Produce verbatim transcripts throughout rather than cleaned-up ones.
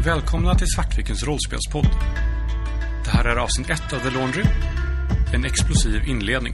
Välkomna till Svartvikens rollspelspodd. Det här är avsnitt ett av The Laundry, en explosiv inledning.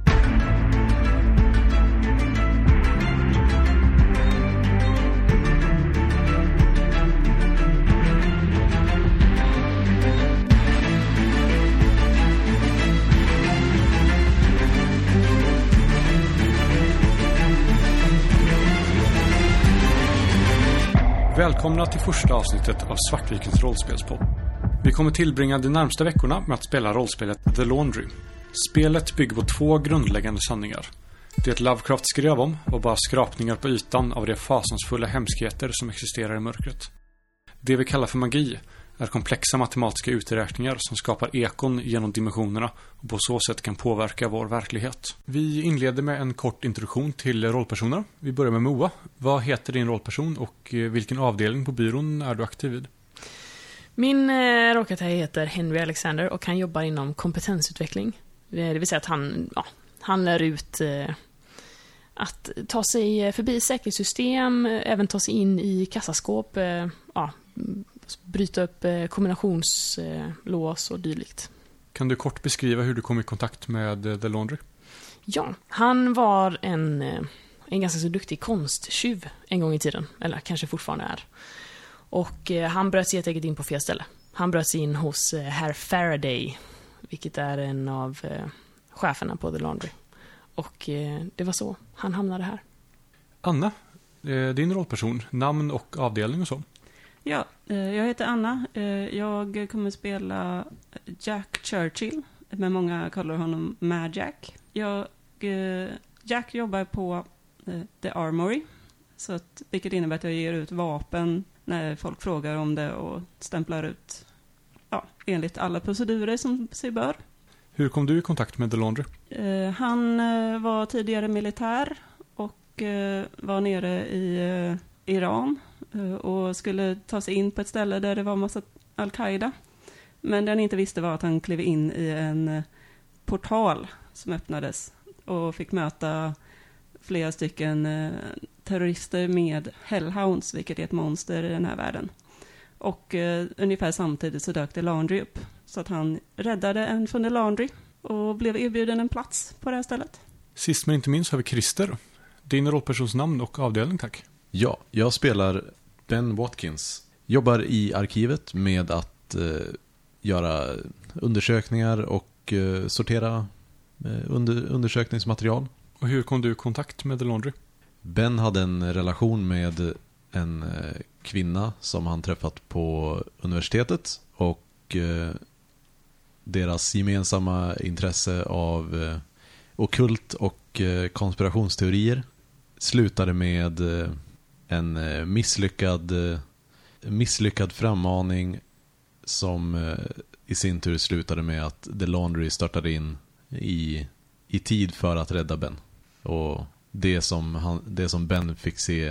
Välkomna till första avsnittet av Svartvikens rollspelspodd. Vi kommer tillbringa de närmsta veckorna med att spela rollspelet The Laundry. Spelet bygger på två grundläggande sanningar. Det Lovecraft skrev om var bara skrapningar på ytan av de fasansfulla hemskheter som existerar i mörkret. Det vi kallar för magi är komplexa matematiska uträkningar som skapar ekon genom dimensionerna och på så sätt kan påverka vår verklighet. Vi inleder med en kort introduktion till rollpersoner. Vi börjar med Moa. Vad heter din rollperson och vilken avdelning på byrån är du aktiv vid? Min eh, rollkaraktär heter Henry Alexander och han jobbar inom kompetensutveckling. Det vill säga att han, ja, han lär ut eh, att ta sig förbi säkerhetssystem, även ta sig in i kassaskåp, eh, ja, bryta upp kombinationslås och dylikt. Kan du kort beskriva hur du kom i kontakt med The Laundry? Ja, han var en, en ganska så duktig konsttjuv en gång i tiden, eller kanske fortfarande är. Och han bröt sig helt enkelt in på fel ställe. Han bröt sig in hos herr Faraday, vilket är en av cheferna på The Laundry. Och det var så han hamnade här. Anna, din rollperson, namn och avdelning och så? Ja, jag heter Anna. Jag kommer spela Jack Churchill, men många kallar honom Mad Jack. Jag, Jack jobbar på The Armory, så att, vilket innebär att jag ger ut vapen när folk frågar om det och stämplar ut, ja, enligt alla procedurer som sig bör. Hur kom du i kontakt med The Laundry? Han var tidigare militär och var nere i Iran och skulle ta sig in på ett ställe där det var massa Al-Qaida. Men det han inte visste var att han klev in i en portal som öppnades och fick möta flera stycken terrorister med Hellhounds, vilket är ett monster i den här världen. Och uh, ungefär samtidigt så dök The Laundry upp. Så att han räddade en från The Laundry och blev erbjuden en plats på det här stället. Sist men inte minst har vi Christer. Din rollpersons namn och avdelning, tack. Ja, jag spelar Ben Watkins. Jobbar i arkivet med att eh, göra undersökningar och eh, sortera eh, under, undersökningsmaterial. Och hur kom du i kontakt med The Laundry? Ben hade en relation med en eh, kvinna som han träffat på universitetet och eh, deras gemensamma intresse av eh, ockult och eh, konspirationsteorier slutade med eh, en eh, misslyckad eh, misslyckad frammaning som eh, i sin tur slutade med att The Laundry startade in i, i tid för att rädda Ben. Och det som, han, det som Ben fick se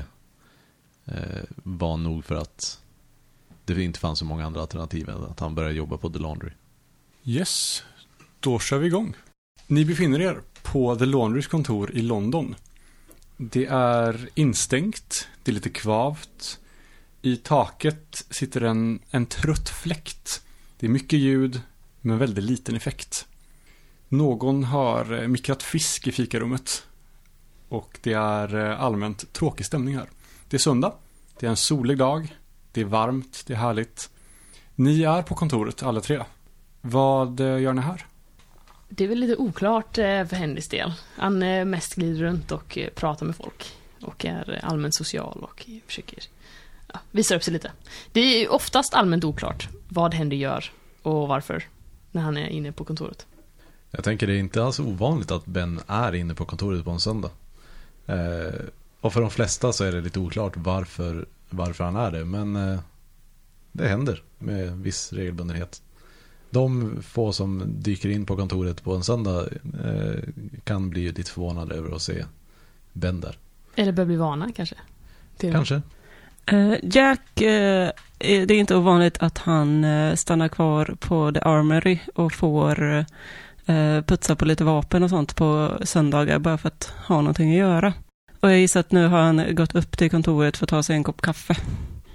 eh, var nog för att det inte fanns så många andra alternativ än att han började jobba på The Laundry. Yes, då kör vi igång. Ni befinner er på The Laundrys kontor i London. Det är instängt, det är lite kvavt. I taket sitter en, en trött fläkt. Det är mycket ljud, men väldigt liten effekt. Någon har mikrat fisk i fikarummet. Och det är allmänt tråkig stämning här. Det är söndag, det är en solig dag, det är varmt, det är härligt. Ni är på kontoret, alla tre. Vad gör ni här? Det är väl lite oklart för Henrys del. Han mest glider runt och pratar med folk. Och är allmänt social och försöker ja, visa upp sig lite. Det är oftast allmänt oklart vad Henry gör och varför när han är inne på kontoret. Jag tänker det är inte alls ovanligt att Ben är inne på kontoret på en söndag. Eh, och för de flesta så är det lite oklart varför, varför han är det. Men eh, det händer med viss regelbundenhet. De få som dyker in på kontoret på en söndag eh, kan bli lite förvånade över att se Ben där. Eller börjar bli vana kanske. Till kanske. Uh, Jack, uh, det är inte ovanligt att han uh, stannar kvar på The Armory och får uh, putsa på lite vapen och sånt på söndagar bara för att ha någonting att göra. Och jag gissar att nu har han gått upp till kontoret för att ta sig en kopp kaffe.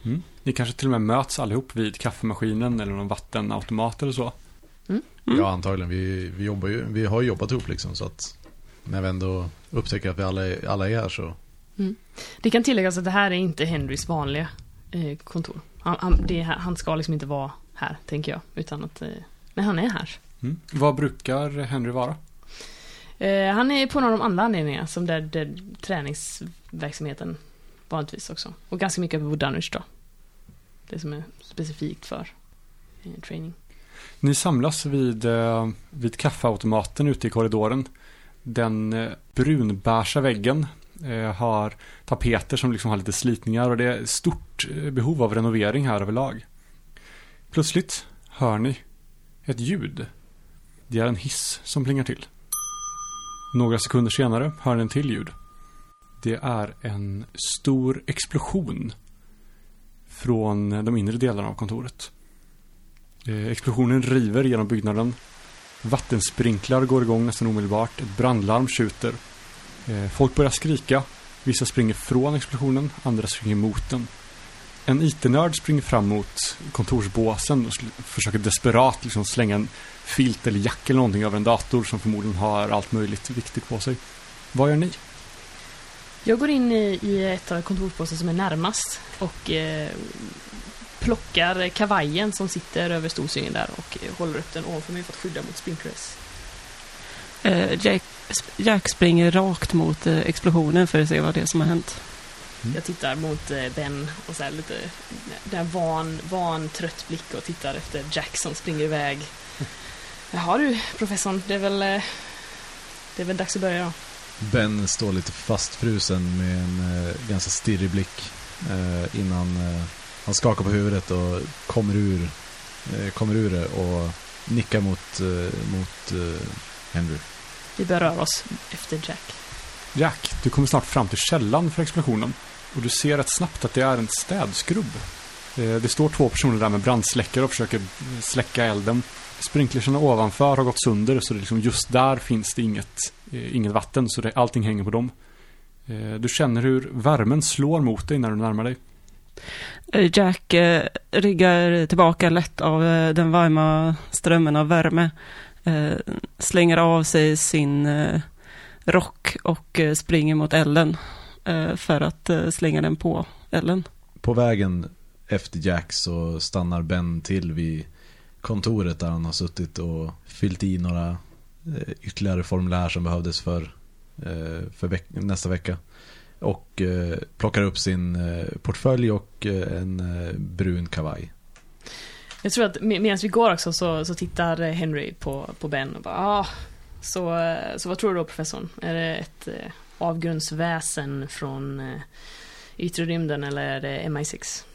Mm. Ni kanske till och med möts allihop vid kaffemaskinen eller någon vattenautomat eller så. Mm. Ja, antagligen. Vi, vi, jobbar ju, vi har ju jobbat ihop liksom, så att när vi ändå upptäcker att vi alla är, alla är här så... Mm. Det kan tilläggas att det här är inte Henrys vanliga eh, kontor. Han, han, det är, han ska liksom inte vara här, tänker jag. Utan att, eh, men han är här. Mm. Vad brukar Henry vara? Eh, han är på några av de andra anledningarna, som där, där träningsverksamheten vanligtvis också. Och ganska mycket på Dunwich då. Det som är specifikt för eh, training. Ni samlas vid, eh, vid kaffeautomaten ute i korridoren. Den eh, brunbärsa väggen eh, har tapeter som liksom har lite slitningar och det är stort eh, behov av renovering här överlag. Plötsligt hör ni ett ljud. Det är en hiss som plingar till. Några sekunder senare hör ni en till ljud. Det är en stor explosion från de inre delarna av kontoret. Eh, explosionen river genom byggnaden. Vattensprinklar går igång nästan omedelbart. Ett brandlarm skjuter. Eh, folk börjar skrika. Vissa springer från explosionen, andra springer mot den. En I T-nörd springer fram mot kontorsbåsen och sl- försöker desperat liksom slänga en filt eller jack eller någonting över en dator som förmodligen har allt möjligt viktigt på sig. Vad gör ni? Jag går in i, i ett av kontorsbåsen som är närmast och eh, plockar kavajen som sitter över storsyngen där och eh, håller upp den ovanför mig för att skydda mot sprinklers. Eh, Jack, Jack springer rakt mot eh, explosionen för att se vad det är som har hänt. Mm. Jag tittar mot eh, Ben och så här lite där van, van trött blick och tittar efter Jack som springer iväg. Jaha du, professorn, det är väl eh, det är väl dags att börja då. Ben står lite fastfrusen med en eh, ganska stirrig blick eh, innan eh, han skakar på huvudet och kommer ur, eh, kommer ur det och nickar mot, eh, mot eh, Henry. Vi börjar röra oss efter Jack. Jack, du kommer snart fram till källan för explosionen och du ser rätt snabbt att det är en städskrubb. Eh, det står två personer där med brandsläckare och försöker släcka elden. Sprinklerserna ovanför har gått sönder så det liksom just där finns det inget, eh, inget vatten så det, allting hänger på dem. Eh, du känner hur värmen slår mot dig när du närmar dig. Jack eh, ryggar tillbaka lätt av eh, den varma strömmen av värme. Eh, slänger av sig sin eh, rock och eh, springer mot elden eh, för att eh, slänga den på elden. På vägen efter Jack så stannar Ben till vid kontoret där han har suttit och fyllt i några eh, ytterligare formulär som behövdes för, eh, för veck- nästa vecka. Och eh, plockar upp sin eh, portfölj och eh, en eh, brun kavaj. Jag tror att med, medan vi går också så, så tittar Henry på, på Ben och bara, ah, så, så vad tror du då, professorn? Är det ett eh, avgrundsväsen från eh, yttre rymden eller är det M I sex?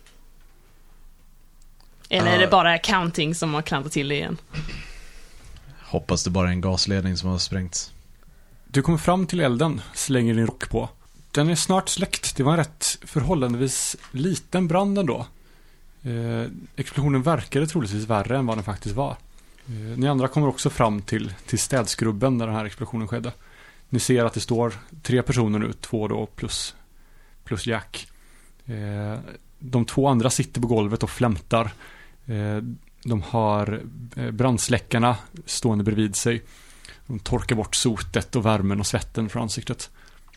Eller är det bara accounting som har klantat till det igen? Hoppas det bara är en gasledning som har sprängts. Du kommer fram till elden, slänger din rock på. Den är snart släckt. Det var en rätt förhållandevis liten brand ändå. Eh, explosionen verkade troligtvis värre än vad den faktiskt var. Eh, ni andra kommer också fram till, till städskrubben där den här explosionen skedde. Ni ser att det står tre personer nu, två då plus, plus Jack. Eh, de två andra sitter på golvet och flämtar. Eh, de har brandsläckarna stående bredvid sig. De torkar bort sotet och värmen och svetten från ansiktet.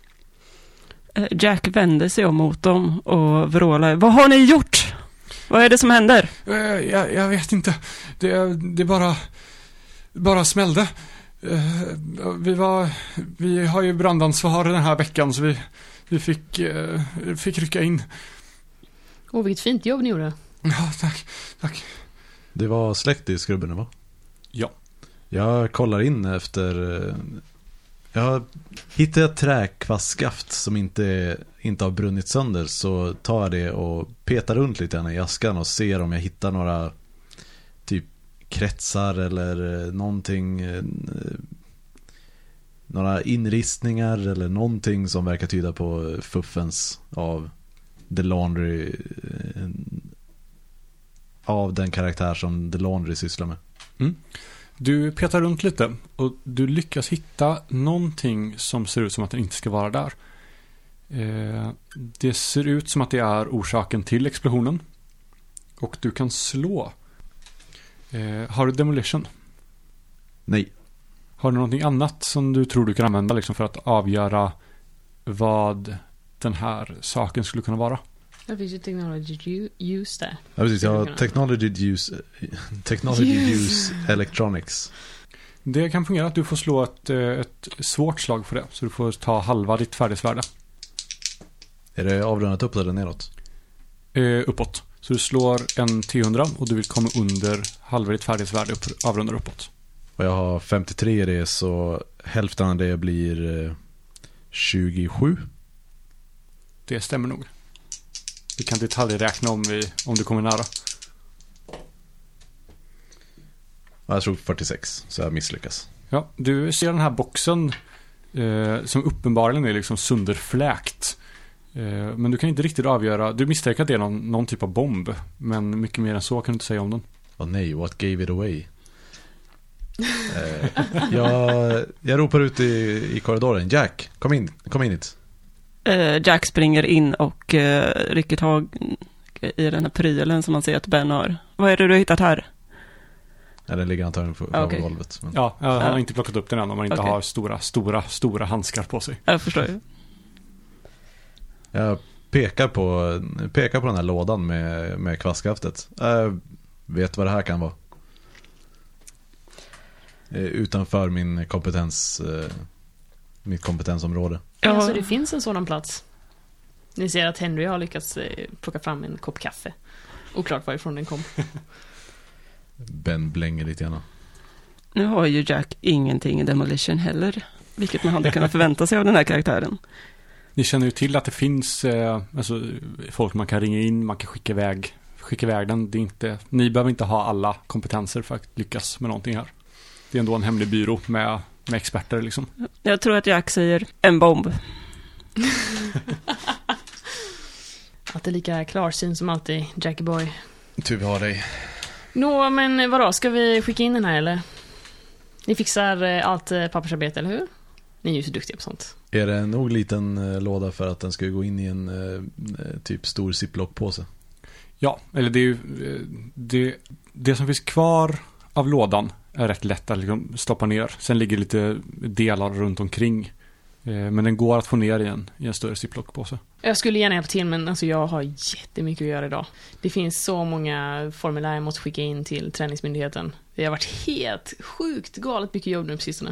Jack vänder sig om mot dem och vrålar. Vad har ni gjort? Vad är det som händer? Eh, jag, jag vet inte. Det, det bara bara smällde. Eh, vi var vi har ju brandansvar den här veckan så vi vi fick eh, fick rycka in. Åh, vilket fint jobb ni gjorde. Ja, tack. Tack. Det var släckt i skrubben, va? Ja. Jag kollar in efter... Jag hittar ett träkvastskaft som inte, inte har brunnit sönder, så tar jag det och petar runt lite grann i askan och ser om jag hittar några typ kretsar eller någonting, några inristningar eller någonting som verkar tyda på fuffens av The Laundry, av den karaktär som The Laundry sysslar med. Mm. Du petar runt lite och du lyckas hitta någonting som ser ut som att den inte ska vara där. Eh, det ser ut som att det är orsaken till explosionen. Och du kan slå. Eh, har du demolition? Nej. Har du någonting annat som du tror du kan använda liksom, för att avgöra vad den här saken skulle kunna vara? Det finns ju technology use där. Ja, precis. Jag har technology use, technology use electronics. Det kan fungera att du får slå ett, ett svårt slag för det. Så du får ta halva ditt färdighetsvärde. Är det avrundat uppåt eller neråt? Eh, uppåt. Så du slår en T hundra och du vill komma under halva ditt färdighetsvärde upp, avrundar uppåt. Och jag har femtiotre i det, så hälften av det blir tjugosju. Det stämmer nog. Vi kan detaljräkna om, vi, om du kommer nära. Jag tror fyrtiosex, så jag misslyckas. Ja, du ser den här boxen eh, som uppenbarligen är liksom sönderfläkt. Eh, men du kan inte riktigt avgöra. Du misstänker att det är någon, någon typ av bomb. Men mycket mer än så kan du inte säga om den. Åh oh, nej, what gave it away? eh, jag, jag ropar ut i, i korridoren. Jack, kom in, kom in hit. Uh, Jack springer in och uh, rycker tag i den här prylen som man ser att Ben har. Vad är det du har hittat här? Ja, den ligger antagligen på, på okay. golvet. Men... Ja, han har inte plockat upp den än om man inte okay. har stora, stora, stora handskar på sig. Jag förstår ju. Jag pekar på, pekar på den här lådan med, med kvastskaftet. Jag vet vad det här kan vara. Utanför min kompetens, mitt kompetensområde. Ja. Alltså det finns en sådan plats. Ni ser att Henry har lyckats plocka fram en kopp kaffe. Oklart varifrån den kom. Ben blänger lite grann. Nu har ju Jack ingenting i demolition heller. Vilket man hade kunnat förvänta sig av den här karaktären. Ni känner ju till att det finns eh, alltså, folk man kan ringa in, man kan skicka iväg, skicka iväg den. Det är inte, ni behöver inte ha alla kompetenser för att lyckas med någonting här. Det är ändå en hemlig byrå med, med experter liksom. Jag tror att Jack säger en bomb. Att det är lika klarsyn som alltid, Jackie Boy. Tur vi har dig. Nå, men vadå? Ska vi skicka in den här eller? Ni fixar allt pappersarbete, eller hur? Ni är ju så duktiga på sånt. Är det en nog liten uh, låda för att den ska gå in i en uh, typ stor ziplock-påse? Ja, eller det är ju det, det som finns kvar av lådan är rätt lätt att liksom stoppa ner. Sen ligger lite delar runt omkring. Men den går att få ner igen i en större ziplock-påse. Jag skulle gärna hjälpa till, men alltså jag har jättemycket att göra idag. Det finns så många formulär jag måste skicka in till träningsmyndigheten. Det har varit helt sjukt galet mycket jobb nu på sistone.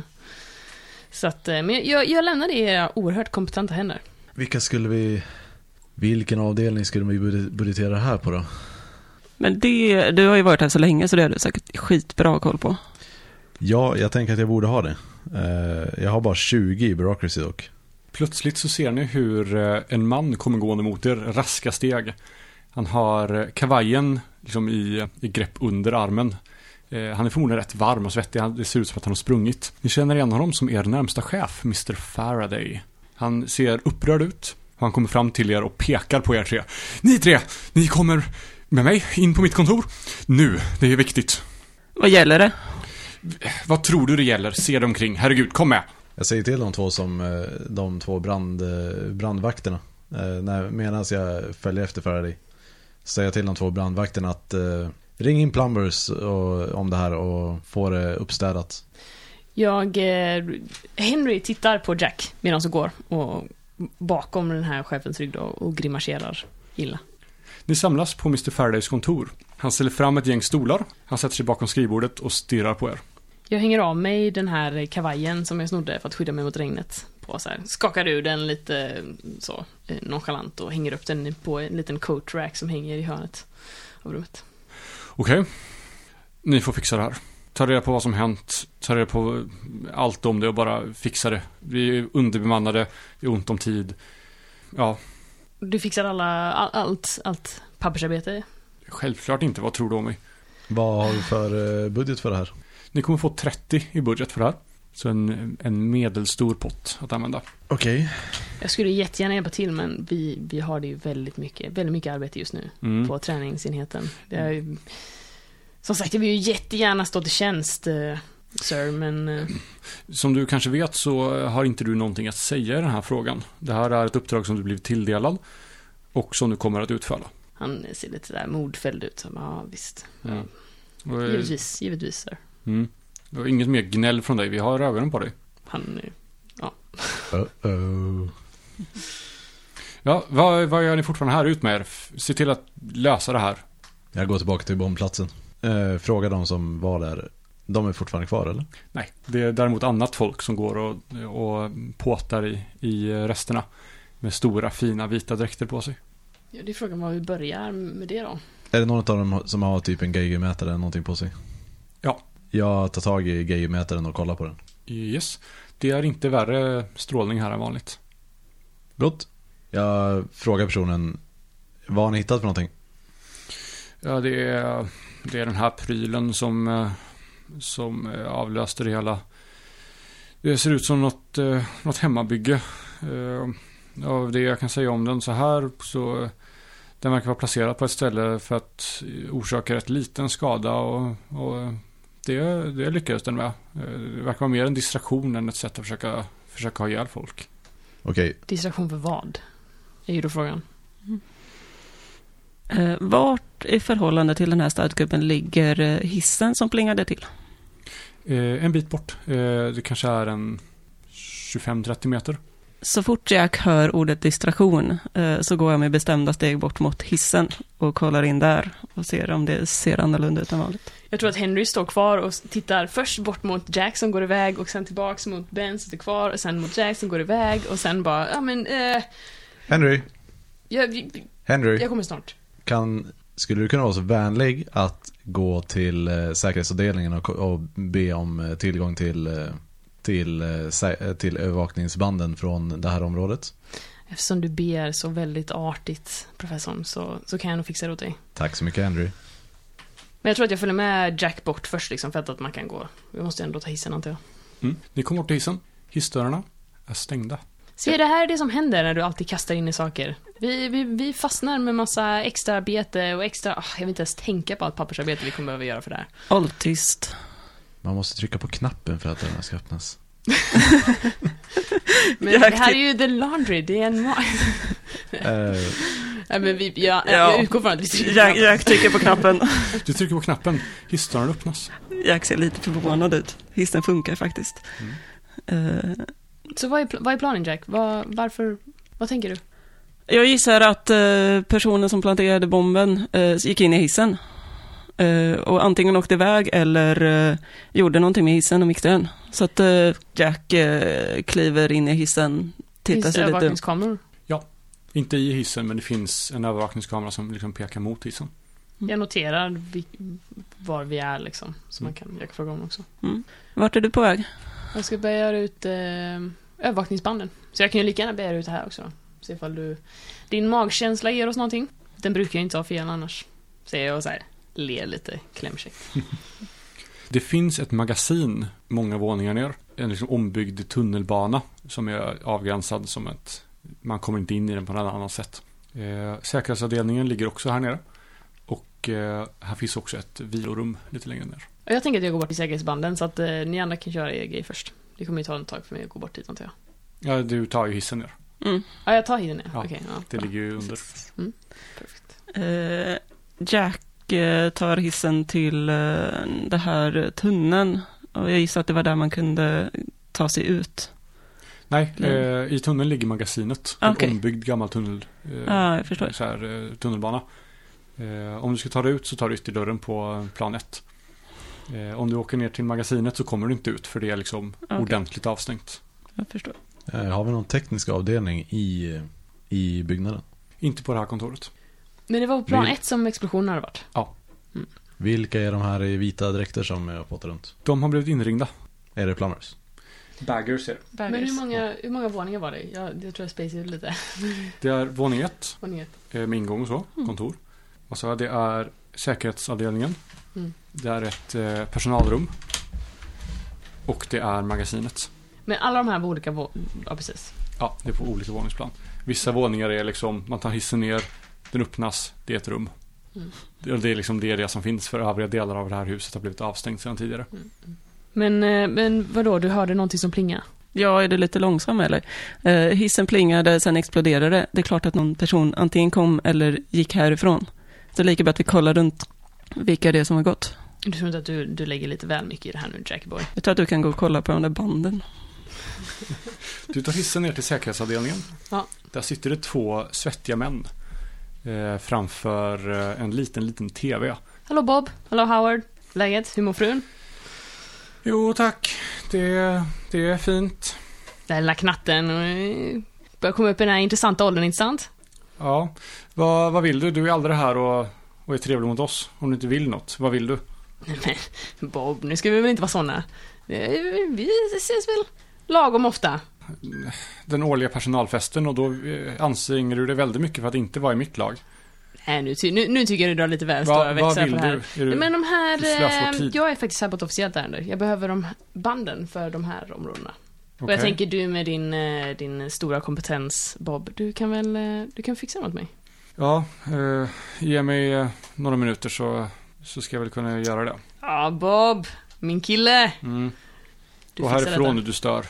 Så att, men jag, jag lämnar det i era oerhört kompetenta händer. Vilka skulle vi... Vilken avdelning skulle vi budgetera här på då? Men det, du har ju varit här så länge så det har du säkert skitbra koll på. Ja, jag tänker att jag borde ha det. Jag har bara tjugo i bureaucracy dock. Plötsligt så ser ni hur en man kommer gående mot er, raska steg. Han har kavajen liksom i, i grepp under armen. Han är förmodligen rätt varm och svettig. Det ser ut som att han har sprungit. Ni känner igen honom som er närmsta chef, mister Faraday. Han ser upprörd ut. Han kommer fram till er och pekar på er tre. Ni tre, ni kommer med mig in på mitt kontor. Nu, det är viktigt. Vad gäller det? Vad tror du det gäller? Se dig omkring. Herregud, kom med. Jag säger till de två som de två brand, brandvakterna. Medan jag följer efter för dig. Säger till de två brandvakterna att eh, ring in plumbers och, om det här och få det uppstädat. Jag eh, Henry tittar på Jack medan han går och bakom den här chefens rygg då, och grimaserar illa. Ni samlas på mister Faradays kontor. Han ställer fram ett gäng stolar. Han sätter sig bakom skrivbordet och stirrar på er. Jag hänger av mig den här kavajen som jag snodde för att skydda mig mot regnet. På så här. Skakar ur den lite så nonchalant och hänger upp den på en liten coat rack som hänger i hörnet av rummet. Okej. Okay. Ni får fixa det här. Ta reda på vad som hänt. Ta reda på allt om det och bara fixa det. Vi är underbemannade. Vi är ont om tid. Ja. Du fixar alla, all, allt, allt pappersarbete? Självklart inte. Vad tror du om mig? Vad har du för budget för det här? Ni kommer få trettio i budget för det här. Så en, en medelstor pott att använda. Okej. Okay. Jag skulle jättegärna hjälpa till, men vi, vi har det ju väldigt mycket, väldigt mycket arbete just nu mm. på träningsenheten. Det är ju, som sagt, jag vill ju jättegärna stå till tjänst. sir, men... eh, Som du kanske vet så har inte du någonting att säga i den här frågan. Det här är ett uppdrag som du blivit tilldelad och som du kommer att utföra. Han ser lite där modfälld ut. Så, ja, visst. Mm. Ja, Och, eh, givetvis, givetvis, sir. Mm. Det var inget mer gnäll från dig. Vi har ögonen på dig. Han... eh, Uh-oh. Ja, vad, vad gör ni fortfarande här ut med er? F- Se till att lösa det här. Jag går tillbaka till bombplatsen. Eh, fråga de som var där. De är fortfarande kvar, eller? Nej, det är däremot annat folk som går och, och påtar i, i resterna med stora fina vita dräkter på sig. Ja, det är frågan var vi börjar med det då. Är det någon av dem som har typ en geigermätare eller någonting på sig? Ja. Jag tar tag i geigermätaren och kollar på den. Yes. Det är inte värre strålning här än vanligt. Gott. Jag frågar personen, vad har ni hittat för någonting? Ja, det är, det är den här prylen som, eh, som eh, avlöste det hela. Det ser ut som något, eh, något hemmabygge. Eh, Av det jag kan säga om den så här så eh, den verkar vara placerad på ett ställe för att orsaka rätt liten skada och, och det, det lyckades den med. Eh, Det verkar vara mer en distraktion än ett sätt att försöka, försöka ha ihjäl folk. Okej, Distraktion för vad? Är ju då frågan. Eh, vart i förhållande till den här stadsgubben ligger eh, hissen som plingade till? Eh, En bit bort. Eh, Det kanske är en tjugofem till trettio meter. Så fort Jack hör ordet distraktion eh, så går jag med bestämda steg bort mot hissen och kollar in där och ser om det ser annorlunda ut än vanligt. Jag tror att Henry står kvar och tittar först bort mot Jack som går iväg och sen tillbaks mot Ben som sitter kvar och sen mot Jack som går iväg och sen bara, ja men, eh, Henry, jag, Henry, jag kommer snart. kan, skulle du kunna vara så vänlig att gå till eh, säkerhetsavdelningen och, och be om eh, tillgång till, eh, till, eh, sä- till övervakningsbanden från det här området? Eftersom du ber så väldigt artigt, professorn, så, så kan jag nog fixa det åt dig. Tack så mycket, Henry. Men jag tror att jag följer med Jack bort först liksom, för att man kan gå. Vi måste ändå ta hissen, antar jag. Mm. Ni kommer bort till hissen. Hissdörrarna är stängda. Se, det här är det som händer när du alltid kastar in i saker. Vi, vi, vi fastnar med massa extra arbete och extra... Oh, jag vill inte ens tänka på allt pappersarbete vi kommer behöva göra för det här. Håll tyst. Man måste trycka på knappen för att den ska öppnas. Men Jack, det här är ju the laundry, det är en... ma- Eh, ja, men vi, ja, Ja. Jag utgår från att vi trycker Jack, på Jack trycker på knappen. Du trycker på knappen. Hissdörren öppnas. Jack ser lite förvånad ut. Hissen funkar faktiskt. Eh, Så vad är, pl- vad är planen, Jack? Vad, varför... Vad tänker du? jag gissar att eh, personen som planterade bomben eh, gick in i hissen. Eh, och antingen åkte iväg eller eh, gjorde någonting med hissen och mixade den. Så att eh, Jack eh, kliver in i hissen, tittar Finns det sig lite. övervakningskameror? Inte i hissen, men det finns en övervakningskamera som liksom pekar mot hissen. Jag noterar vi, var vi är liksom. Så man kan, jag kan fråga om också. Vart är du på väg? Jag ska börja ut eh, övervakningsbanden. Så jag kan ju lika gärna börja ut det här också då. Se ifall du... Din magkänsla ger oss någonting. Den brukar ju inte ha fel annars. Säger jag och så här, ler lite klämkäckt. Det finns ett magasin många våningar ner. En liksom ombyggd tunnelbana som är avgränsad som ett... Man kommer inte in i den på något annat sätt. Eh, säkerhetsavdelningen ligger också här nere. Och eh, här finns också ett vilorum lite längre ner. Och jag tänker att jag går bort till säkerhetsbanden så att eh, ni andra kan köra er grej först. Det kommer ju ta en tag för mig att gå bort dit, antar jag. Ja, du tar ju hissen ner. Mm. Ja, jag tar hiden ner. Ja, Okej, ja. Det ligger ju under. Perfekt. Eh, Jack eh, tar hissen till eh, det här tunneln. Och jag gissar att det var där man kunde ta sig ut. Nej, Mm. eh, i tunneln ligger magasinet. En Okej. ombyggd gammal tunnel. Eh, Ja, jag förstår. så här, eh, tunnelbana. Eh, om du ska ta dig ut så tar du ytterdörren på plan ett. Eh, om du åker ner till magasinet så kommer du inte ut för det är liksom Okej. ordentligt avstängt. Jag förstår. eh, har vi någon teknisk avdelning i, i byggnaden? Inte på det här kontoret. Men det var på plan Vi- ett som explosionen hade varit. Vilka är de här i vita dräkter som jag påtar runt? De har blivit inringda. Är det plumbers? Baggers är det. Men hur många, hur många våningar var det? Jag, jag tror jag spacade ut lite. Det är våning ett Våning ett. eh, med ingång och så, kontor. Och så det är säkerhetsavdelningen. Mm. Det är ett eh, personalrum. Och det är magasinet. Men alla de här var olika vå- Ja, precis. Ja, det är på olika våningsplan. Vissa våningar är liksom, man tar hissen ner, den öppnas, det är ett rum. Mm. Det det är liksom det, det som finns för övriga delar av det här huset har blivit avstängt sedan tidigare. Mm. Men, eh, men vadå, du hörde någonting som plingar? Ja, är det lite långsam eller? Eh, hissen plingade, sen exploderade. Det är klart att någon person antingen kom eller gick härifrån. Så lika bra att vi kollar runt vilka det är som har gått. Du tror inte att du, du lägger lite väl mycket i det här nu, Jackie Boy? Jag tror att du kan gå och kolla på de där banden. Du tar hissen ner till säkerhetsavdelningen. Ja. Där sitter det två svettiga män eh, framför eh, en liten, liten tv. Hallå Bob, hallå Howard. Läget? Hur mår frun? Jo tack, det, det är fint. Den lilla knatten och börjar komma upp i den här intressanta åldern, inte sant? Ja, vad, vad vill du? Du är aldrig här och, och är trevlig mot oss. Om du inte vill något, vad vill du? Men Bob, nu ska vi väl inte vara såna. Vi ses väl lagom ofta. Den årliga personalfesten och då eh, anstränger du dig väldigt mycket för att inte vara i mitt lag. Nej, nu, ty- nu, nu tycker jag du drar lite väl Va, stora vad växlar vill på det här. du? Är du Men de här, du slösar vår eh, tid. jag är faktiskt här på ett officiellt ärende. Jag behöver de banden för de här områdena. Och Okej. jag tänker du med din, eh, din stora kompetens, Bob, du kan väl eh, du kan fixa något med mig? Ja, eh, ge mig eh, några minuter så, så ska jag väl kunna göra det. Ja, Bob, min kille. Mm. Du Och fixar härifrån detta. nu, du stör.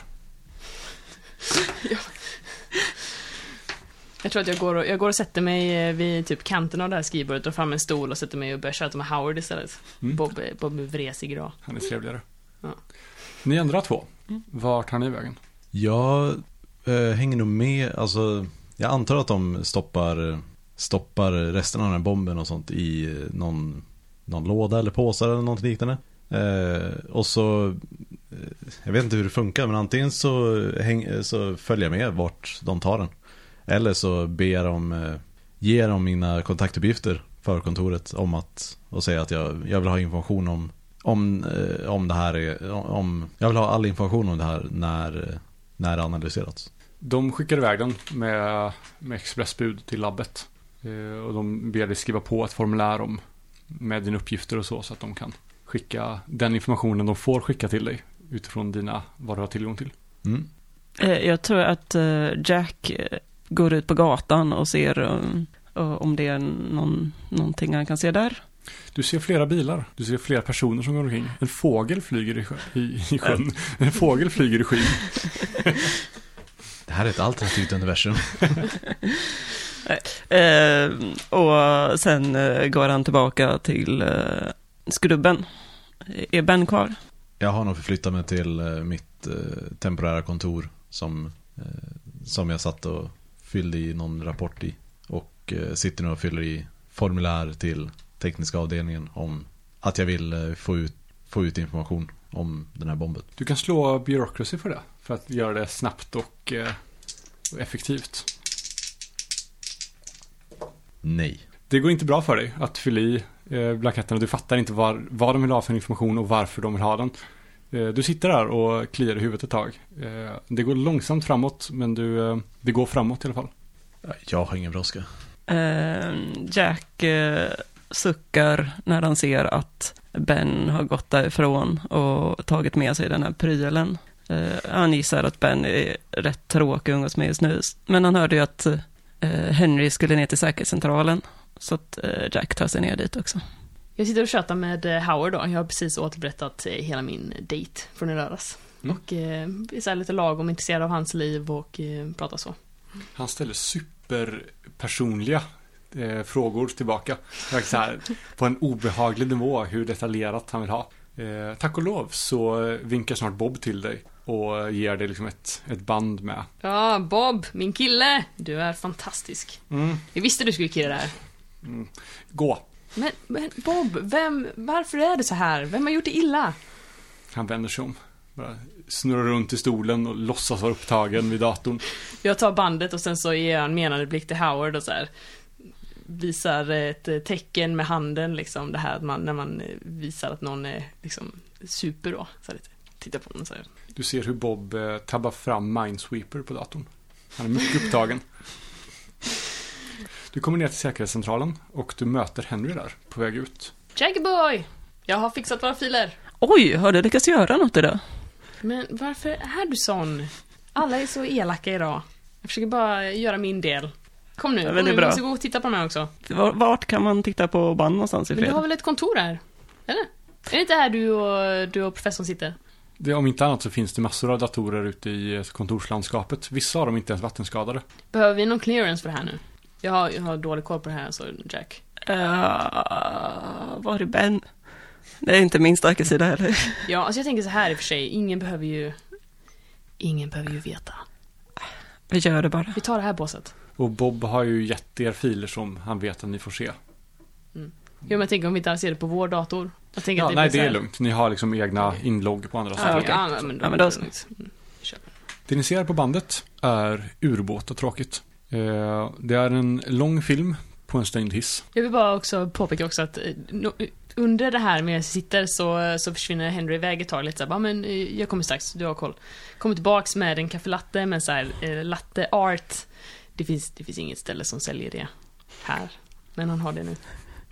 Jag tror att jag går, och, jag går och sätter mig eh, vid typ kanten av det här skrivbordet, drar fram en stol och sätter mig och börjar köta med Howard istället. Mm. Bob, är- Bob är vresig idag. Han är trevligare. Ja. Ni andra två, Mm. vart tar ni vägen? Jag eh, hänger nog med, alltså jag antar att de stoppar, stoppar resten av den här bomben och sånt i eh, någon, någon låda eller påsar eller något liknande. Eh, och så, eh, jag vet inte hur det funkar, men antingen så, häng, så följer jag med vart de tar den. Eller så ber de, eh, ger de mina kontaktuppgifter för kontoret om att, och säga att jag, jag vill ha information om Om, eh, om det här är, om, jag vill ha all information om det här när, när det analyserats. De skickar iväg den med, med expressbud till labbet. Eh, och de ber dig skriva på ett formulär om med dina uppgifter och så, så att de kan skicka den informationen de får skicka till dig utifrån dina, vad du har tillgång till. Mm. Eh, jag tror att eh, Jack eh, går ut på gatan och ser eh, om det är någon, någonting han kan se där. Du ser flera bilar, du ser flera personer som går omkring. En fågel flyger i, sjö, i, i sjön. En fågel flyger i skyn. Det här är ett alternativt universum. Eh, och sen eh, går han tillbaka till eh, skrubben. Är Ben kvar? Jag har nog förflyttat mig till eh, mitt eh, temporära kontor som, eh, som jag satt och fyllde i någon rapport i. Och eh, sitter nu och fyller i formulär till tekniska avdelningen om att jag vill eh, få ut, få ut information om den här bomben. Du kan slå bureaucracy för det. För att göra det snabbt och, eh, och effektivt. Nej. Det går inte bra för dig att fylla i eh, blanketten och du fattar inte var, vad de vill ha för information och varför de vill ha den. Eh, du sitter där och kliar i huvudet ett tag. Eh, det går långsamt framåt, men du, eh, det går framåt i alla fall. Jag har ingen brådska. Eh, Jack eh, suckar när han ser att Ben har gått därifrån och tagit med sig den här prylen. Eh, han gissar att Ben är rätt tråkig att umgås med just nu. Men han hörde ju att eh, Henry skulle ner till säkerhetscentralen. Så att eh, Jack tar sig ner dit också. Jag sitter och tjötar med eh, Howard då. Jag har precis återberättat eh, hela min date från i lördags. Mm. Och eh, är så här lite lagom intresserad av hans liv och eh, pratar så. Han ställer superpersonliga eh, frågor tillbaka. Så här, på en obehaglig nivå hur detaljerat han vill ha. Eh, tack och lov så vinkar snart Bob till dig och ger dig liksom ett, ett band med. Ja, Bob, min kille. Du är fantastisk. Mm. Jag visste du skulle killa det här. Mm. Gå. Men, men Bob, vem, varför är det så här? Vem har gjort det illa? Han vänder sig om. Bara snurrar runt i stolen och låtsas vara upptagen vid datorn. Jag tar bandet och sen så ger jag en menande blick till Howard och så här visar ett tecken med handen liksom, det här att man, när man visar att någon är liksom super då. Så här lite, titta på den så här. Du ser hur Bob eh, tabbar fram Minesweeper på datorn. Han är mycket upptagen. Du kommer ner till säkerhetscentralen och du möter Henry där på väg ut. Jackie boy! Jag har fixat våra filer. Oj, har du lyckats göra något idag? Men varför är du sån? Alla är så elaka idag. Jag försöker bara göra min del. Kom nu, Ja, kom men det är nu. bra. Vi ska gå och titta på de här också. Vart kan man titta på band någonstans i Men du fred? har väl ett kontor här? Eller? Är det inte här du och, du och professorn sitter? Det, om inte annat så finns det massor av datorer ute i kontorslandskapet. Vissa av dem är inte ens vattenskadade. Behöver vi någon clearance för det här nu? Jag har, jag har dålig koll på det här, så Jack. Uh, var är Ben? Det är inte min starka sida heller. Ja, alltså jag tänker så här i och för sig. Ingen behöver ju... Ingen behöver ju veta. Vi gör det bara. Vi tar det här båset. Och Bob har ju gett er filer som han vet att ni får se. Mm. Jo, men jag tänker om vi inte ser det på vår dator. Jag tänker Ja, att det nej, blir det så är här- lugnt. Ni har liksom egna Okej. inlogg på andra Ah, saker. okej. Ja, men, Ja, men då så. Mm. Kör. Det ni ser på bandet är urbåt och tråkigt. Eh, det är en lång film på en stängd hiss. Jag vill bara också påpeka också att eh, no, under det här med att sitter så, så försvinner Henry iväg ett tag lite så här, bara, men eh, jag kommer strax, du har koll. Kommer tillbaks med en kaffelatte med så här eh, latte art. Det finns, det finns inget ställe som säljer det här. Men han har det nu.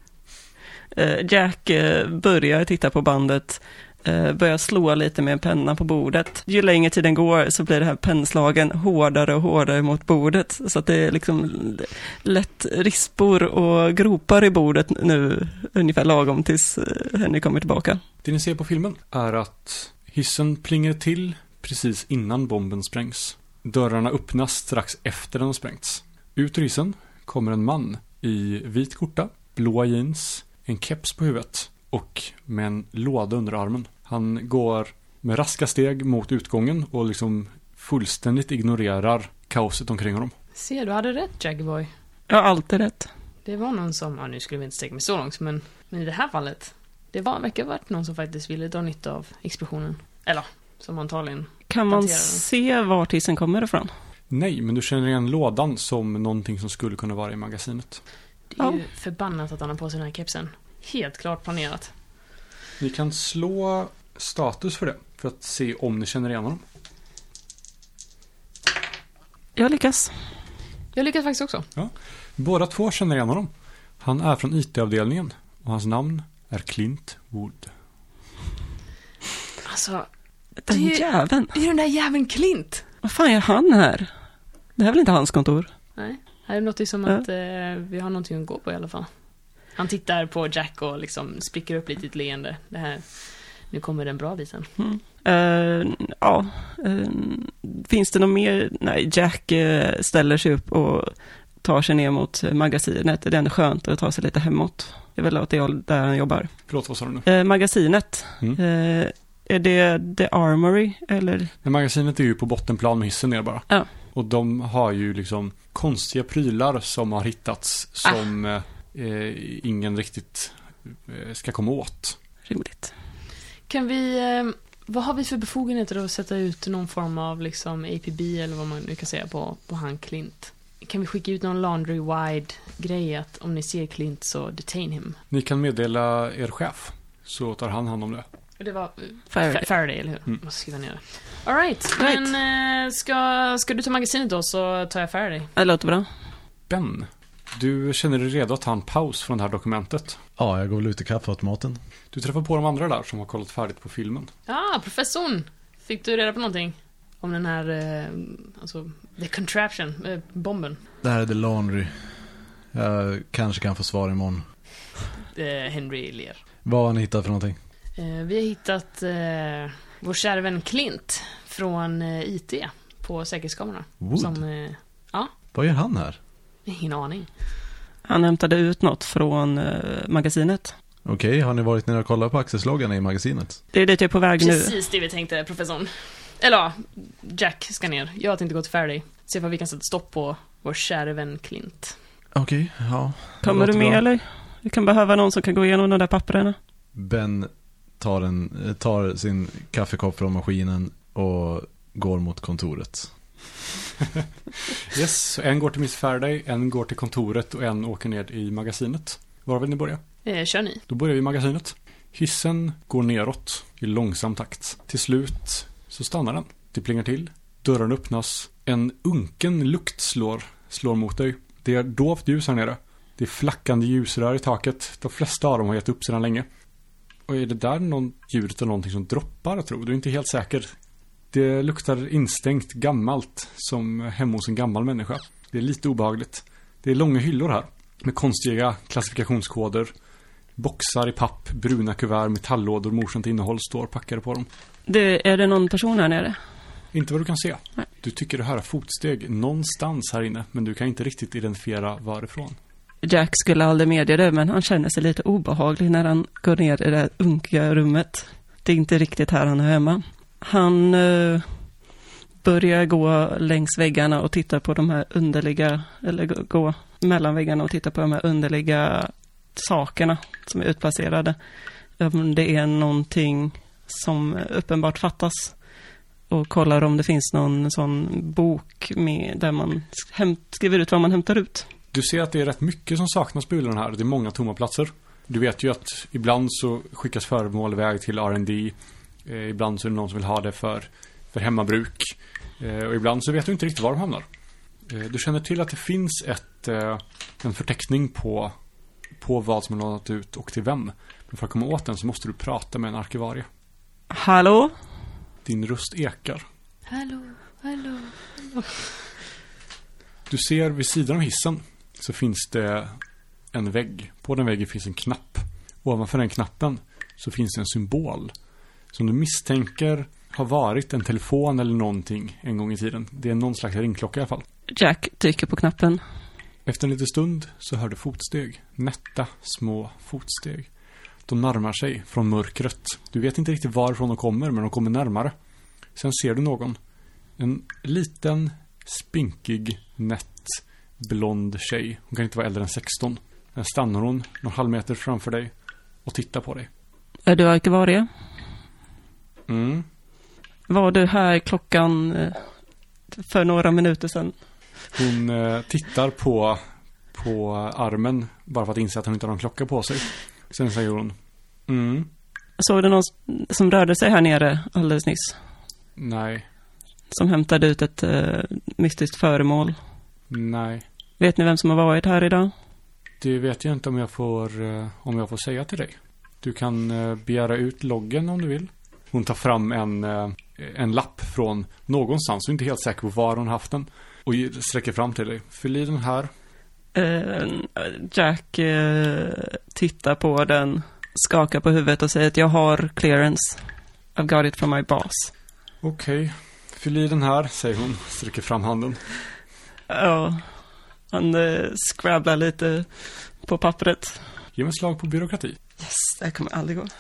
Uh, Jack uh, börjar titta på bandet, uh, börjar slå lite med en penna på bordet. Ju längre tiden går så blir det här pennslagen hårdare och hårdare mot bordet. Så att det är liksom lätt rispor och gropar i bordet nu, ungefär lagom tills uh, Henry kommer tillbaka. Det ni ser på filmen är att hissen plingar till precis innan bomben sprängs. Dörrarna öppnas strax efter den har sprängts. Ut ur hissen kommer en man i vit skjorta, blåa jeans, en keps på huvudet och med en låda under armen. Han går med raska steg mot utgången och liksom fullständigt ignorerar kaoset omkring honom. Se, du hade rätt, Jaggerboy. Jag har alltid rätt. Det var någon som, ja, nu skulle vi inte sträcka mig så långt, men, men i det här fallet, det var, verkar ha varit någon som faktiskt ville dra nytta av explosionen. Eller, som antagligen Kan man hanterar den. se vart hissen kommer ifrån? Nej, men du känner igen lådan som någonting som skulle kunna vara i magasinet. Det är ju Ja. förbannat att han har på sig den här kepsen. Helt klart planerat. Ni kan slå status för det, för att se om ni känner igen honom. Jag lyckas. Jag lyckas faktiskt också. Båda två känner igen honom. Han är från I T-avdelningen och hans namn är Clint Wood. Alltså, Den Det är- jäveln. det är den där jäveln Clint. Vad fan gör han här? Det här är väl inte hans kontor? Nej, här är det något som Ja. att eh, vi har någonting att gå på i alla fall. Han tittar på Jack och liksom spricker upp lite i ett leende. Det här, nu kommer den bra biten. Mm. Uh, ja. Uh, finns det något mer? Nej, Jack uh, ställer sig upp och tar sig ner mot magasinet. Det är ändå skönt att ta sig lite hemåt. Det är väl att det är där han jobbar. Förlåt, vad sa du nu? Uh, magasinet. Mm. Uh, är det The Armory? Eller? Men magasinet är ju på bottenplan med hissen ner bara. Ja. Och de har ju liksom konstiga prylar som har hittats som eh, ingen riktigt eh, ska komma åt. Rimligt. Kan vi, eh, vad har vi för befogenheter att sätta ut någon form av liksom A P B eller vad man nu kan säga på, på han Clint? Kan vi skicka ut någon laundry wide grej att om ni ser Clint så detain him? Ni kan meddela er chef, så tar han hand om det. Det var Faraday. Fa- Faraday, eller hur? Mm. Måste skriva ner det. All right. Right. Men eh, ska, ska du ta magasinet då så tar jag Faraday. Det låter bra. Ben, du känner dig redo att ta en paus från det här dokumentet. Ja, jag går väl ut i kaffeautomaten. Du träffar på de andra där som har kollat färdigt på filmen. Ja, ah, professorn. Fick du reda på någonting? Om den här, eh, alltså, the contraption, eh, bomben. Det här är The Laundry. Jag kanske kan få svar imorgon. Eh, Henry ler. Vad har ni hittat för någonting? Eh, vi har hittat eh, vår kära vän Clint från eh, I T på säkerhetskamerorna. Wood? Som, eh, Vad gör han här? ingen aning. Han hämtade ut något från uh, magasinet. Okej, har ni varit nere och kollat på axelsloggarna i magasinet? Det är dit jag är på väg nu. Precis det vi tänkte, professorn. Eller ja, Jack ska ner. Jag tänkte gå till Faraday. Se om vi kan sätta stopp på vår kära vän Clint. Okej, ja. det Kommer du låter med bra. eller? Vi kan behöva någon som kan gå igenom de där papperna. Ben tar, en, tar sin kaffekopp från maskinen och går mot kontoret. Yes, så en går till Miss Faraday, en går till kontoret och en åker ner i magasinet. Var vill ni börja? Eh, kör ni. Då börjar vi i magasinet. Hissen går neråt i långsam takt. Till slut så stannar den. Det plingar till. Dörren öppnas. En unken lukt slår, slår mot dig. Det är dovt ljus här nere. Det är flackande ljusrör i taket. De flesta av dem har gett upp sedan länge. Och är det där någon ljudet av någonting som droppar, jag tror? Du är inte helt säker. Det luktar instängt gammalt som hemma hos en gammal människa. Det är lite obehagligt. Det är långa hyllor här med konstiga klassifikationskoder. Boxar i papp, bruna kuvert, metalllådor, morsamt innehåll står packade på dem. Det, är det någon person här nere? Inte vad du kan se. Nej. Du tycker du hör fotsteg någonstans här inne, men du kan inte riktigt identifiera varifrån. Jack skulle aldrig medge det, men han känner sig lite obehaglig när han går ner i det här unkiga rummet. Det är inte riktigt här han är hemma. Han eh, börjar gå längs väggarna och titta på de här underliga, eller gå mellan väggarna och titta på de här underliga sakerna som är utplacerade. Om det är någonting som uppenbart fattas. Och kollar om det finns någon sån bok med, där man hämt, skriver ut vad man hämtar ut. Du ser att det är rätt mycket som saknas på hyllan här. Det är många tomma platser. Du vet ju att ibland så skickas föremål iväg till R and D. Eh, ibland så är det någon som vill ha det för, för hemmabruk. Eh, och ibland så vet du inte riktigt var de hamnar. Eh, du känner till att det finns ett, eh, en förteckning på, på vad som är lånat ut och till vem. Men för att komma åt den så måste du prata med en arkivarie. Hallå? Din röst ekar. Hallå, hallå, hallå. Du ser vid sidan av hissen så finns det en vägg. På den väggen finns en knapp. Ovanför den knappen så finns det en symbol som du misstänker har varit en telefon eller någonting en gång i tiden. Det är någon slags ringklocka i alla fall. Jack trycker på knappen. Efter en liten stund så hör du fotsteg. Nätta, små fotsteg. De närmar sig från mörkret. Du vet inte riktigt varifrån de kommer, men de kommer närmare. Sen ser du någon. En liten, spinkig, nätt, blond tjej. Hon kan inte vara äldre än sexton. Där stannar hon någon halv meter framför dig och tittar på dig. Är du arkivarie? Mm. Var du här klockan eh, för några minuter sedan? Hon eh, tittar på, på armen bara för att inse att hon inte har någon klocka på sig. Sen säger hon mm. Såg du någon som rörde sig här nere alldeles nyss? Nej. Som hämtade ut ett eh, mystiskt föremål? Nej. Vet ni vem som har varit här idag? Det vet jag inte om jag får, eh, om jag får säga till dig. Du kan eh, begära ut loggen om du vill. Hon tar fram en, eh, en lapp från någonstans. Hon är inte helt säker på var hon haft den. Och sträcker fram till dig. Fyll i den här. Eh, Jack eh, tittar på den, skakar på huvudet och säger att jag har clearance. I've got it from my boss. Okej. Okay. Fyll i den här, säger hon. Sträcker fram handen. Ja, han eh, scrabblar lite på pappret. Ge mig slag på byråkrati. Yes, det här kommer aldrig gå.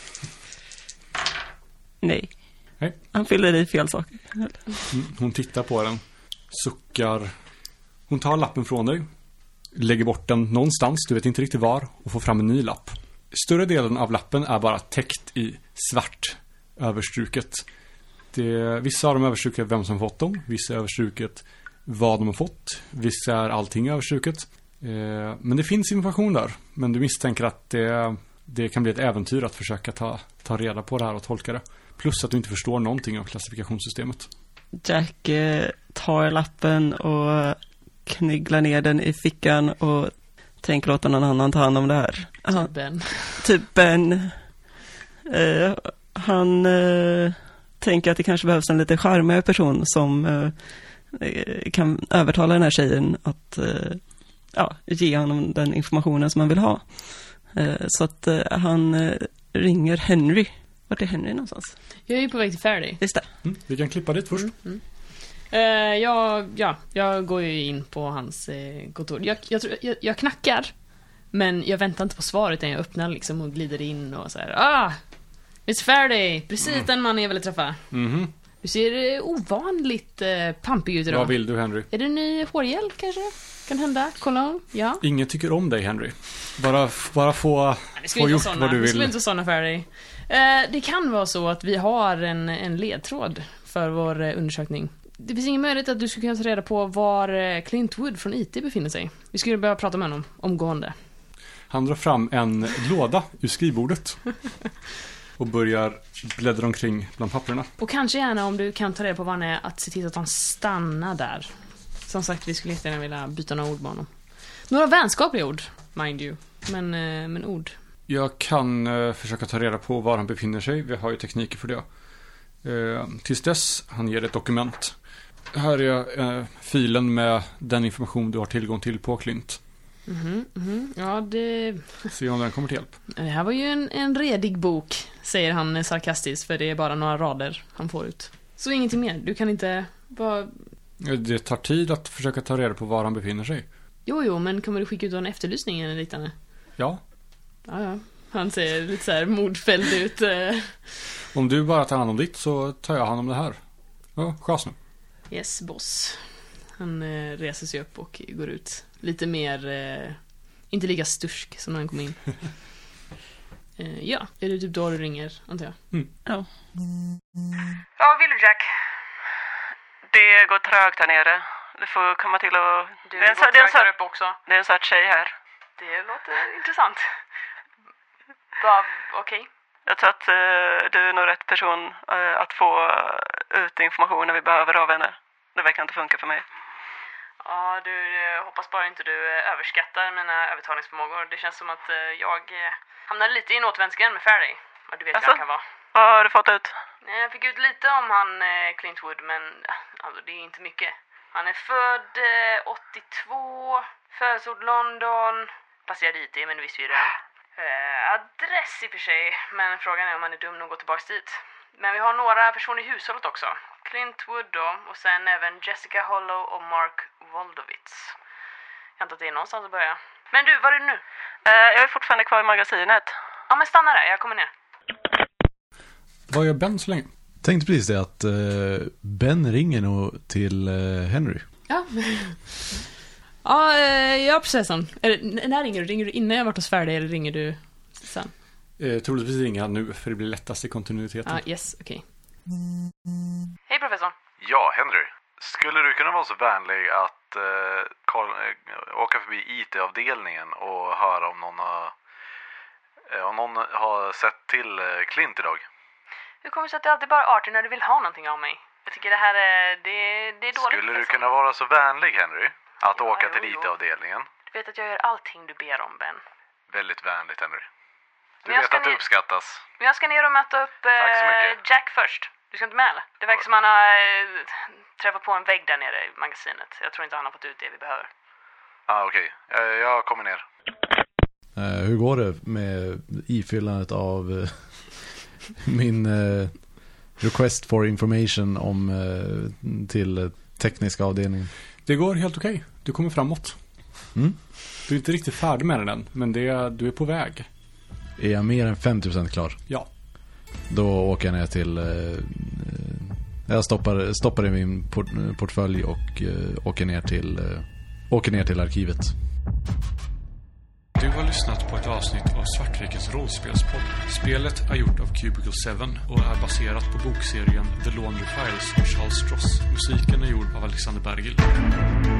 Nej. Nej. Han fyller i fel saker. Mm, hon tittar på den. Suckar. Hon tar lappen från dig. Lägger bort den någonstans, du vet inte riktigt var. Och får fram en ny lapp. Större delen av lappen är bara täckt i svart överstruket. Det, vissa av dem överstruket vem som fått dem. Vissa överstruket vad de har fått. Vissa är allting överstruket. Eh, men det finns information där. Men du misstänker att det, det kan bli ett äventyr att försöka ta, ta reda på det här och tolka det. Plus att du inte förstår någonting av klassifikationssystemet. Jack eh, tar lappen och knyglar ner den i fickan och tänker låta någon annan ta hand om det här. Typ Ben. Typ Ben. Eh, han eh, tänker att det kanske behövs en lite charmig person som eh, kan övertala den här tjejen att eh, ja, ge honom den informationen som han vill ha. Eh, så att eh, han eh, ringer Henry. Vart är Henry någonstans? Jag är ju på väg till Faraday. Just det. Mm, vi kan klippa dit först. Mm, mm. Uh, jag, ja, jag går ju in på hans eh, kontor. Jag, jag, tror, jag, jag knackar, men jag väntar inte på svaret utan jag öppnar liksom och glider in och så här. Ah, miss Faraday, precis mm. den man jag ville träffa. Mm-hmm. Du ser eh, ovanligt eh, pampig ut idag. Vad vill du, Henry? Är det en ny hårgel kanske? Kan hända? Kolla. Ja. Ingen tycker om dig, Henry. Bara, bara få, få gjort såna. Vad du vill. Det skulle inte såna Faraday. Eh, det kan vara så att vi har en, en ledtråd för vår eh, undersökning. Det finns ingen möjlighet att du skulle kunna ta reda på var eh, Clint Wood från I T befinner sig. Vi skulle börja prata med honom omgående. Han drar fram en låda ur skrivbordet och börjar bläddra omkring bland papperna. Och kanske gärna om du kan ta reda på vad han är, att se till att han stannar där. Som sagt, vi skulle jättegärna vilja byta några ord med honom. Några vänskapliga ord, mind you. Men, eh, men ord. Jag kan eh, försöka ta reda på var han befinner sig. Vi har ju tekniker för det. Eh, tills dess, han ger ett dokument. Här är eh, filen med den information du har tillgång till på Clint. Mhm, mhm. Ja, det... Se om den kommer till hjälp. Det här var ju en, en redig bok, säger han sarkastiskt, för det är bara några rader han får ut. Så ingenting mer. Du kan inte... Bara... Det tar tid att försöka ta reda på var han befinner sig. Jo, jo, men kommer du skicka ut en efterlysning eller liknande? Ja. Ja, ja. Han ser lite så här modfälld ut. Om du bara tar hand om ditt så tar jag hand om det här. Ja, chas nu. Yes, boss. Han eh, reser sig upp och går ut. Lite mer... Eh, inte lika stursk som när han kom in. eh, ja, är det typ då du ringer, antar jag? Mm. Ja. Ja, vad vill du, Jack? Det går trögt här nere. Du får komma till och... Du det är en, går det är en, trögt där uppe också. det är en svart tjej här. Det låter intressant. Va, okej. Okay. Jag tror att uh, du är nog rätt person uh, att få uh, ut informationen vi behöver av henne. Det verkar inte funka för mig. Ja, du, jag hoppas bara inte du överskattar mina övertalningsförmågor. Det känns som att uh, jag uh, hamnade lite i en återvändsgränd med Faraday. Ja, du vet alltså, jag kan vara. Vad har du fått ut? Jag fick ut lite om han uh, Clint Wood, men alltså, det är inte mycket. Han är född uh, åttiotvå, födelseort London, passerade I T, men det visste vi det. Uh, adress i och för sig, men frågan är om man är dum nog att gå tillbaka dit. Men vi har några personer i hushållet också. Clint Wood då, och sen även Jessica Hollow och Mark Woldowitz. Jag antar att det är någonstans att börja. Men du, var är du nu? Uh, jag är fortfarande kvar i magasinet. Ja, men stanna där, jag kommer ner. Vad gör Ben så länge? Tänkte precis det att uh, Ben ringer nog till uh, Henry. Ja. Ja, ja, precis. Eller, när ringer du? Ringer du innan jag varit hos Faraday eller ringer du sen? Eh, troligtvis ringer han nu för det blir lättast i kontinuiteten. Ja, yes, okej. Okay. Hej professor. Ja, Henry. Skulle du kunna vara så vänlig att eh, kolla, eh, åka förbi I T-avdelningen och höra om någon har, eh, om någon har sett till eh, Clint idag? Hur kommer det sig att det alltid bara arter när du vill ha någonting av mig? Jag tycker det här är, det, det är dåligt. Skulle du kunna vara så vänlig, Henry, att ja, åka jo, till jo. I T-avdelningen? Du vet att jag gör allting du ber om, Ben. Väldigt vänligt, Henry. Du Men jag vet ska att det ner- uppskattas. Men jag ska ner och möta upp Tack så eh, mycket. Jack först. Du ska inte med, eller? Det verkar som han har eh, träffat på en vägg där nere i magasinet. Jag tror inte han har fått ut det vi behöver. Ja, ah, okej. Okay. Jag, jag kommer ner. Uh, hur går det med ifyllandet av uh, min uh, request for information om uh, till uh, tekniska avdelningen? Det går helt okej. Du kommer framåt. Mm. Du är inte riktigt färdig med den än, men det, du är på väg. Är jag mer än femtio procent klar? Ja. Då åker jag ner till... Uh, jag stoppar, stoppar i min port, portfölj och uh, åker, ner till, uh, åker ner till arkivet. Du har lyssnat på ett avsnitt av Svartrikens rollspelspodd. Spelet är gjort av Cubicle seven och är baserat på bokserien The Laundry Files av Charles Stross. Musiken är gjord av Alexander Bergil.